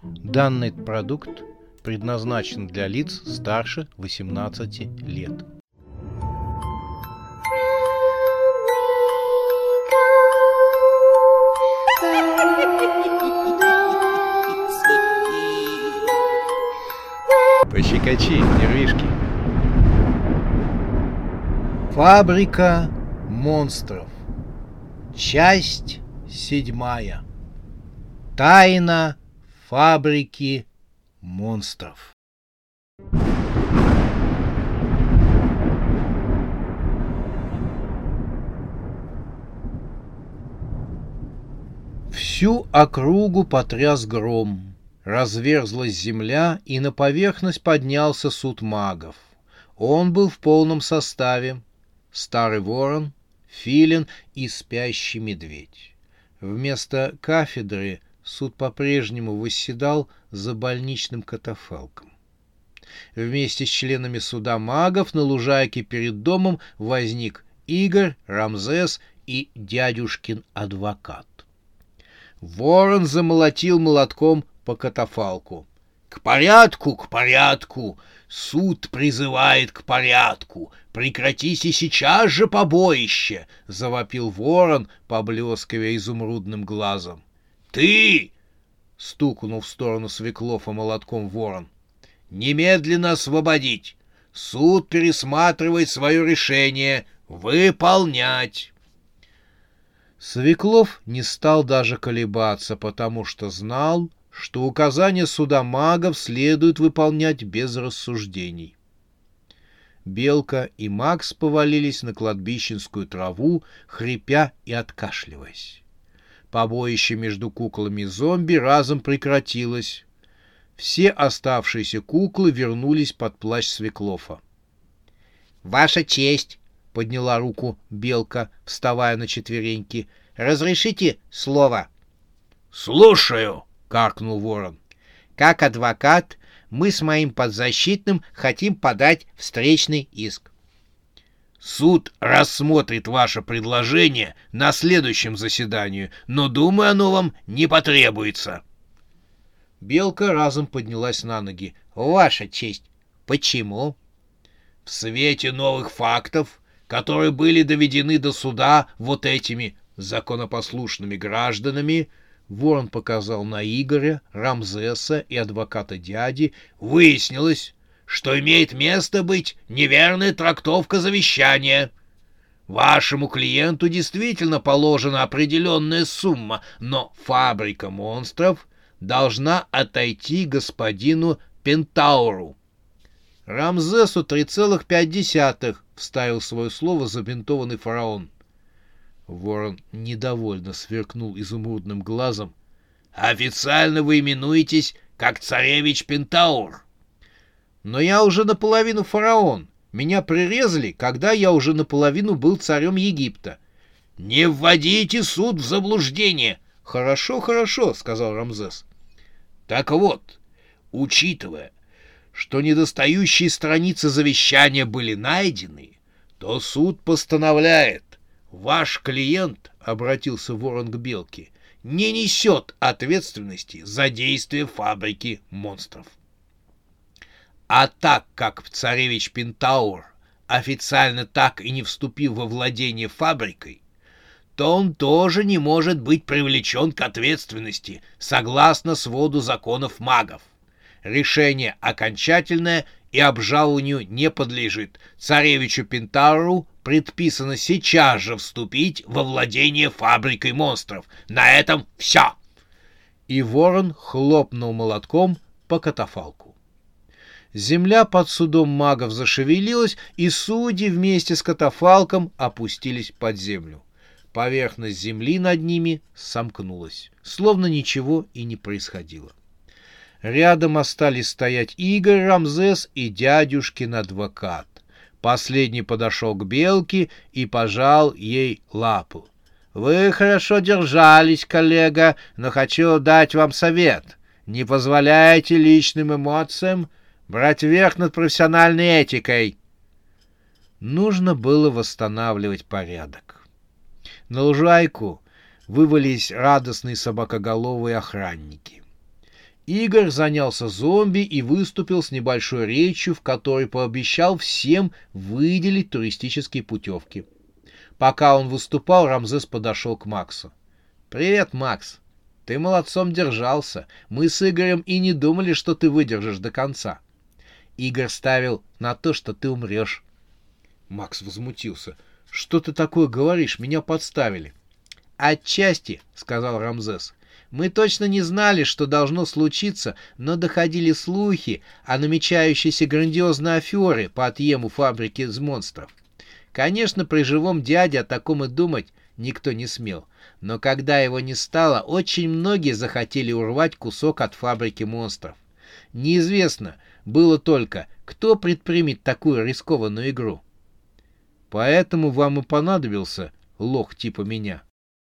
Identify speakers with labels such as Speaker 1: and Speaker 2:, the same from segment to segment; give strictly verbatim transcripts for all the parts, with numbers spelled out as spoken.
Speaker 1: Данный продукт предназначен для лиц старше восемнадцати лет. Пощекочи нервишки. Фабрика монстров. Часть седьмая. Тайна фабрики монстров. Всю округу потряс гром. Разверзлась земля, и на поверхность поднялся суд магов. Он был в полном составе: старый ворон, филин и спящий медведь. Вместо кафедры суд по-прежнему восседал за больничным катафалком. Вместе с членами суда магов на лужайке перед домом возник Игорь, Рамзес и дядюшкин адвокат. Ворон замолотил молотком по катафалку. «К порядку, к порядку! Суд призывает к порядку! Прекратите сейчас же побоище!» — завопил ворон, поблескивая изумрудным глазом. «Ты!» — стукнул в сторону Свеклова молотком ворон. «Немедленно освободить! Суд пересматривает свое решение. Выполнять!» Свеклов не стал даже колебаться, потому что знал, что указания суда магов следует выполнять без рассуждений. Белка и Макс повалились на кладбищенскую траву, хрипя и откашливаясь. Побоище между куклами и зомби разом прекратилось. Все оставшиеся куклы вернулись под плащ Свеклова. «Ваша честь!» — подняла руку Белка, вставая на четвереньки. «Разрешите слово?» «Слушаю!» — каркнул ворон. «Как адвокат, мы с моим подзащитным хотим подать встречный иск». «Суд рассмотрит ваше предложение на следующем заседании, но, думаю, оно вам не потребуется». Белка разом поднялась на ноги. «Ваша честь, почему?» «В свете новых фактов, которые были доведены до суда вот этими законопослушными гражданами», ворон показал на Игоря, Рамзеса и адвоката дяди, «выяснилось, что имеет место быть неверная трактовка завещания. Вашему клиенту действительно положена определенная сумма, но фабрика монстров должна отойти господину Пентауру». «Рамзесу три целых пять десятых», — вставил свое слово забинтованный фараон. Ворон недовольно сверкнул изумрудным глазом. «Официально вы именуетесь как царевич Пентаур». «Но я уже наполовину фараон. Меня прирезали, когда я уже наполовину был царем Египта». «Не вводите суд в заблуждение». «Хорошо, хорошо», — сказал Рамзес. «Так вот, учитывая, что недостающие страницы завещания были найдены, то суд постановляет: ваш клиент, — обратился ворон к Белке, — не несет ответственности за действия фабрики монстров. А так как царевич Пентаур официально так и не вступил во владение фабрикой, то он тоже не может быть привлечен к ответственности согласно своду законов магов. Решение окончательное и обжалованию не подлежит. Царевичу Пентауру предписано сейчас же вступить во владение фабрикой монстров. На этом все!» И ворон хлопнул молотком по катафалку. Земля под судом магов зашевелилась, и судьи вместе с катафалком опустились под землю. Поверхность земли над ними сомкнулась, словно ничего и не происходило. Рядом остались стоять Игорь, Рамзес и дядюшкин адвокат. Последний подошел к Белке и пожал ей лапу. «Вы хорошо держались, коллега, но хочу дать вам совет. Не позволяйте личным эмоциям брать верх над профессиональной этикой». Нужно было восстанавливать порядок. На лужайку вывалились радостные собакоголовые охранники. Игорь занялся зомби и выступил с небольшой речью, в которой пообещал всем выделить туристические путевки. Пока он выступал, Рамзес подошел к Максу. «Привет, Макс. Ты молодцом держался. Мы с Игорем и не думали, что ты выдержишь до конца. Игорь ставил на то, что ты умрешь». Макс возмутился. «Что ты такое говоришь? Меня подставили». «Отчасти», — сказал Рамзес. «Мы точно не знали, что должно случиться, но доходили слухи о намечающейся грандиозной афере по отъему фабрики из монстров. Конечно, при живом дяде о таком и думать никто не смел. Но когда его не стало, очень многие захотели урвать кусок от фабрики монстров. Неизвестно было только, кто предпримет такую рискованную игру. Поэтому вам и понадобился лох типа меня.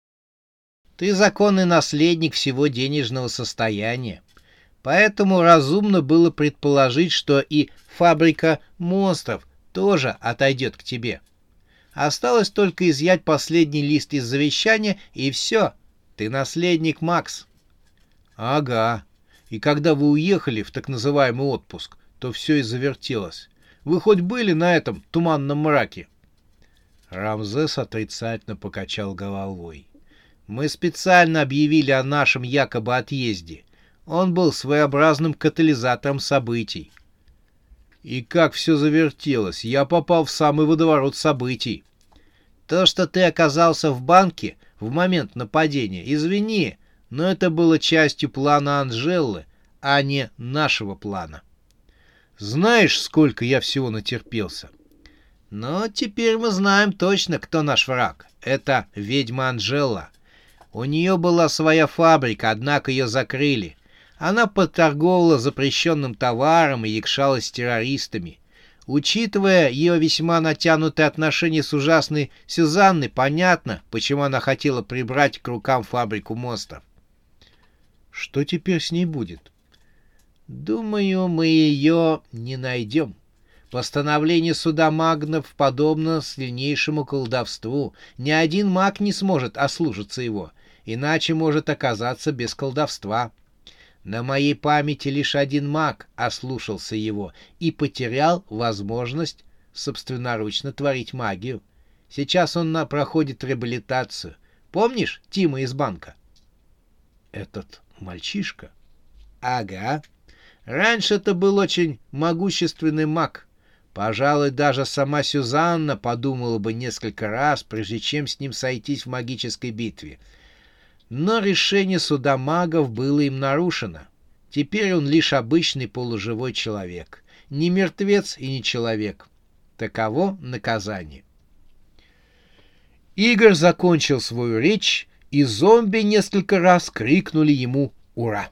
Speaker 1: Ты законный наследник всего денежного состояния. Поэтому разумно было предположить, что и фабрика монстров тоже отойдет к тебе. Осталось только изъять последний лист из завещания, и все. Ты наследник, Макс. Ага. И когда вы уехали в так называемый отпуск, то все и завертелось. Вы хоть были на этом туманном мраке? Рамзес отрицательно покачал головой. Мы специально объявили о нашем якобы отъезде. Он был своеобразным катализатором событий. И как все завертелось, я попал в самый водоворот событий. То, что ты оказался в банке в момент нападения, извини, но это было частью плана Анжелы, а не нашего плана. Знаешь, сколько я всего натерпелся? Но теперь мы знаем точно, кто наш враг. Это ведьма Анжела. У нее была своя фабрика, однако ее закрыли. Она подторговала запрещенным товаром и якшалась с террористами. Учитывая ее весьма натянутые отношения с ужасной Сюзанной, понятно, почему она хотела прибрать к рукам фабрику монстров. Что теперь с ней будет? Думаю, мы ее не найдем. Постановление суда магнов подобно сильнейшему колдовству. Ни один маг не сможет ослушаться его, иначе может оказаться без колдовства. На моей памяти лишь один маг ослушался его и потерял возможность собственноручно творить магию. Сейчас он на, проходит реабилитацию. Помнишь Тима из банка? Этот мальчишка? Ага. Раньше это был очень могущественный маг. Пожалуй, даже сама Сюзанна подумала бы несколько раз, прежде чем с ним сойтись в магической битве. Но решение суда магов было им нарушено. Теперь он лишь обычный полуживой человек. Не мертвец и не человек. Таково наказание. Игорь закончил свою речь, и зомби несколько раз крикнули ему «Ура!».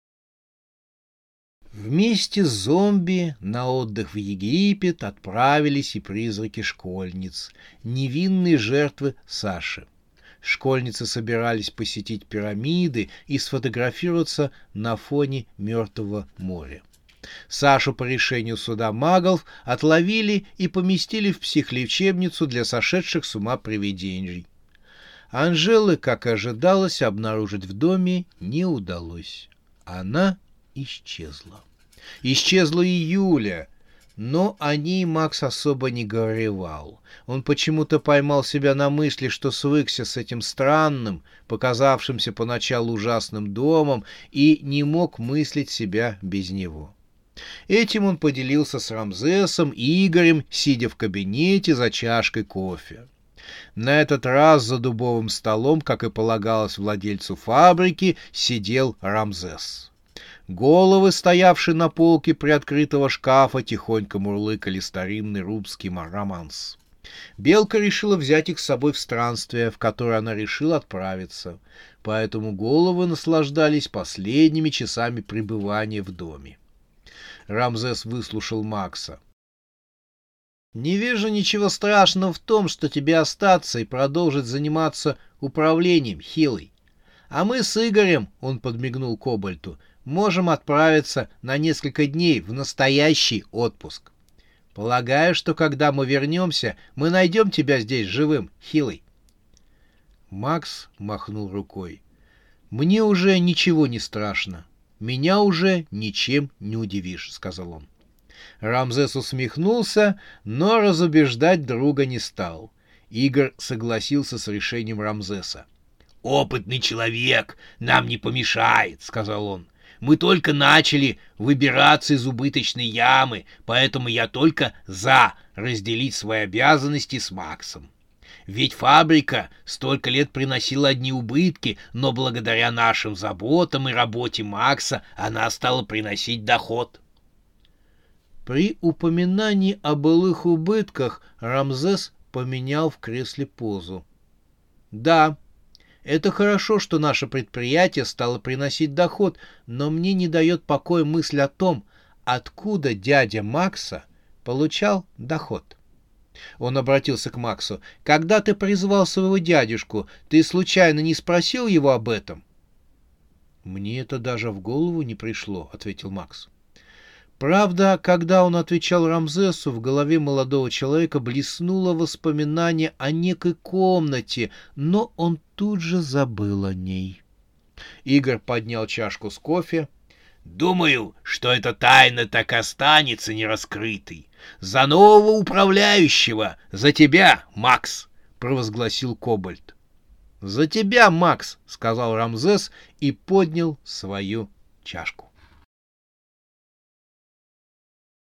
Speaker 1: Вместе с зомби на отдых в Египет отправились и призраки школьниц, невинные жертвы Саши. Школьницы собирались посетить пирамиды и сфотографироваться на фоне Мертвого моря. Сашу по решению суда магов отловили и поместили в психлечебницу для сошедших с ума привидений. Анжелы, как и ожидалось, обнаружить в доме не удалось. Она исчезла. Исчезла и Юля, но о ней Макс особо не горевал. Он почему-то поймал себя на мысли, что свыкся с этим странным, показавшимся поначалу ужасным домом, и не мог мыслить себя без него. Этим он поделился с Рамзесом и Игорем, сидя в кабинете за чашкой кофе. На этот раз за дубовым столом, как и полагалось владельцу фабрики, сидел Рамзес. Головы, стоявшие на полке приоткрытого шкафа, тихонько мурлыкали старинный русский романс. Белка решила взять их с собой в странствие, в которое она решила отправиться, поэтому головы наслаждались последними часами пребывания в доме. Рамзес выслушал Макса. «Не вижу ничего страшного в том, что тебе остаться и продолжить заниматься управлением, Хилый. А мы с Игорем, — он подмигнул Кобальту, — можем отправиться на несколько дней в настоящий отпуск. Полагаю, что когда мы вернемся, мы найдем тебя здесь живым, Хилый». Макс махнул рукой. «Мне уже ничего не страшно. меня уже ничем не удивишь», — сказал он. Рамзес усмехнулся, но разубеждать друга не стал. Игорь согласился с решением Рамзеса. «Опытный человек нам не помешает», — сказал он. «Мы только начали выбираться из убыточной ямы, поэтому я только за разделить свои обязанности с Максом. Ведь фабрика столько лет приносила одни убытки, но благодаря нашим заботам и работе Макса она стала приносить доход». При упоминании о былых убытках Рамзес поменял в кресле позу. «Да, это хорошо, что наше предприятие стало приносить доход, но мне не дает покоя мысль о том, откуда дядя Макса получал доход». Он обратился к Максу. «Когда ты призвал своего дядюшку, ты случайно не спросил его об этом?» «Мне это даже в голову не пришло», — ответил Макс. Правда, когда он отвечал Рамзесу, в голове молодого человека блеснуло воспоминание о некой комнате, но он тут же забыл о ней. Игорь поднял чашку с кофе. «Думаю, что эта тайна так останется нераскрытой. За нового управляющего! За тебя, Макс!» — провозгласил Кобальт. «За тебя, Макс!» — сказал Рамзес и поднял свою чашку.